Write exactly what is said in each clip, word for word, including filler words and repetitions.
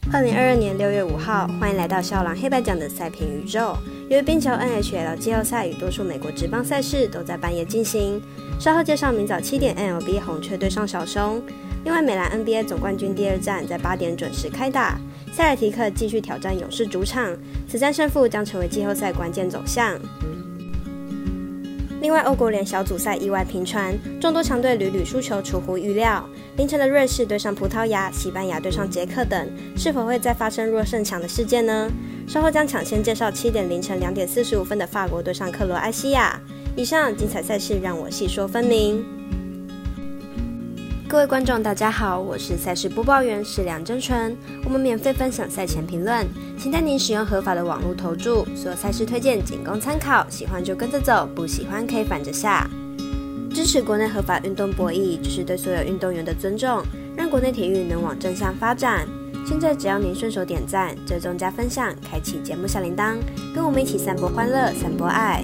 二零二二年六月五号，欢迎来到小狼黑白奖的赛评宇宙。由于冰球 N H L 季后赛与多数美国职棒赛事都在半夜进行，稍后介绍明早七点 N L B 红雀对上小熊。另外，美篮 N B A 总冠军第二战在八点准时开打，塞尔提克继续挑战勇士主场，此战胜负将成为季后赛关键走向。另外，欧国联小组赛意外频传，众多强队屡屡输球出乎预料。凌晨的瑞士对上葡萄牙，西班牙对上捷克等，是否会再发生弱胜强的事件呢？稍后将抢先介绍七点凌晨两点四十五分的法国对上克罗埃西亚。以上精彩赛事让我细说分明。各位观众大家好，我是赛事播报员石梁真纯，我们免费分享赛前评论，请带您使用合法的网络投注，所有赛事推荐仅供参考，喜欢就跟着走，不喜欢可以反着下。支持国内合法运动博弈，就是对所有运动员的尊重，让国内体育能往正向发展。现在只要您顺手点赞、追踪加分享，开启节目小铃铛，跟我们一起散播欢乐，散播爱。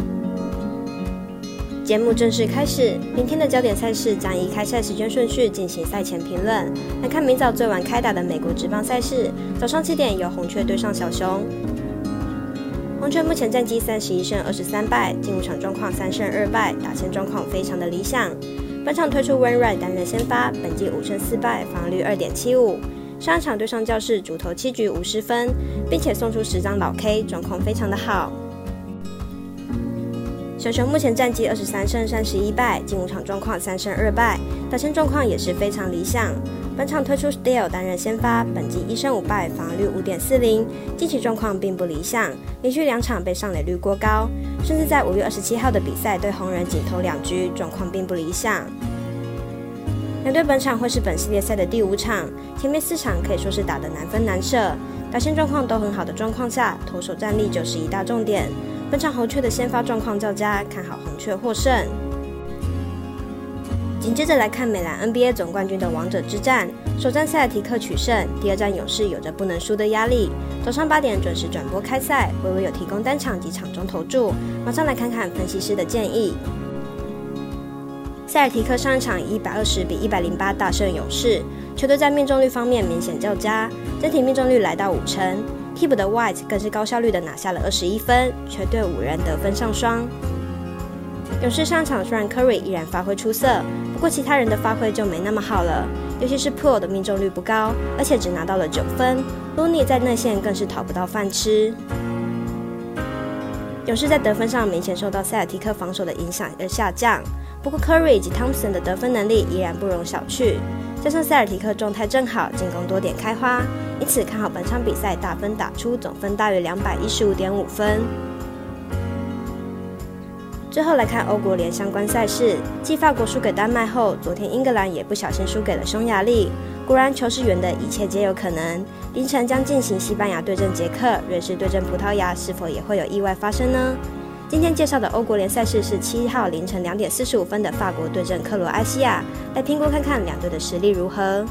节目正式开始，明天的焦点赛事将依开赛时间顺序进行赛前评论。来看明早最晚开打的美国职棒赛事，早上七点由红雀对上小熊。红雀目前战绩三十一胜二十三败，进入场状况三胜二败，打线状况非常的理想。本场推出 Wainwright 担任先发，本季五胜四败，防御率 二点七五。上一场对上教士主投七局无失分，并且送出十张老 K， 状况非常的好。小熊目前战绩二十三胜三十一败，进五场状况三胜二败，打线状况也是非常理想。本场推出 Steele 担任先发，本季一胜五败，防御率 五点四零，近期状况并不理想，连续两场被上垒率过高，甚至在五月二十七号的比赛对红人仅投两局，状况并不理想。两队本场会是本系列赛的第五场，前面四场可以说是打得难分难舍，打线状况都很好的状况下，投手战力就是一大重点。本场红雀的先发状况较佳，看好红雀获胜。紧接着来看美篮 N B A 总冠军的王者之战，首战塞尔提克取胜，第二战勇士有着不能输的压力。早上八点准时转播开赛，微微有提供单场及场中投注，马上来看看分析师的建议。塞尔提克上一场以一百二十比一百零八大胜勇士，球队在命中率方面明显较佳，整体命中率来到五成。替补的 White 更是高效率的拿下了二十一分，全队五人得分上双。勇士上场虽然 Curry 依然发挥出色，不过其他人的发挥就没那么好了，尤其是 Poole 的命中率不高，而且只拿到了九分。Looney 在内线更是讨不到饭吃。勇士在得分上明显受到塞尔提克防守的影响而下降，不过 Curry 以及 Thompson 的得分能力依然不容小觑，加上塞尔提克状态正好，进攻多点开花，因此看好本场比赛大分打出，总分大约 两百一十五点五分。最后来看欧国联相关赛事，继法国输给丹麦后，昨天英格兰也不小心输给了匈牙利。果然球是圆的，一切皆有可能。凌晨将进行西班牙对阵捷克，瑞士对阵葡萄牙，是否也会有意外发生呢？今天介绍的欧国联赛事是七号凌晨两点四十五分的法国对阵克罗埃西亚，来评估看看两队的实力如何。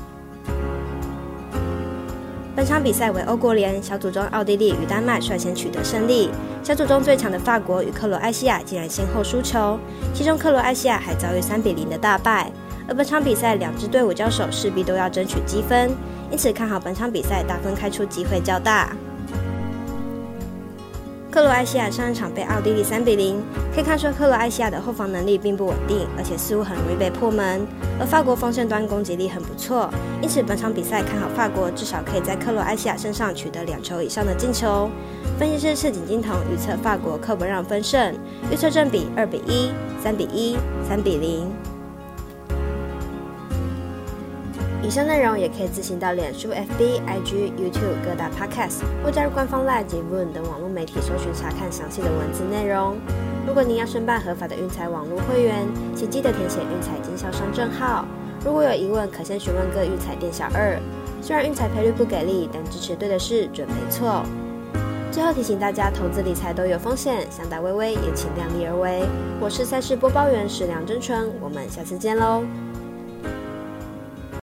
本场比赛为欧国联小组中，奥地利与丹麦率先取得胜利，小组中最强的法国与克罗埃西亚竟然先后输球，其中克罗埃西亚还遭遇三比零的大败。而本场比赛两支队伍交手，势必都要争取积分，因此看好本场比赛大分开出机会较大。克罗埃西亚上一场被奥地利三比零，可以看出克罗埃西亚的后防能力并不稳定，而且似乎很容易被破门。而法国锋线端攻击力很不错，因此本场比赛看好法国至少可以在克罗埃西亚身上取得两球以上的进球。分析师赤井金童预测法国客不让分胜，预测正比二比一、三比一、三比零。以上内容也可以自行到脸书、F B、I G、YouTube 各大 Podcast 或加入官方 Line 及 Voon 等网络媒体搜寻查看详细的文字内容。如果您要申办合法的运彩网络会员，请记得填写运彩经销商证号。如果有疑问，可先询问各运彩店小二。虽然运彩赔率不给力，但支持对的事准没错。最后提醒大家，投资理财都有风险，想打微微也请量力而为。我是赛事播报员石梁真纯，我们下次见喽。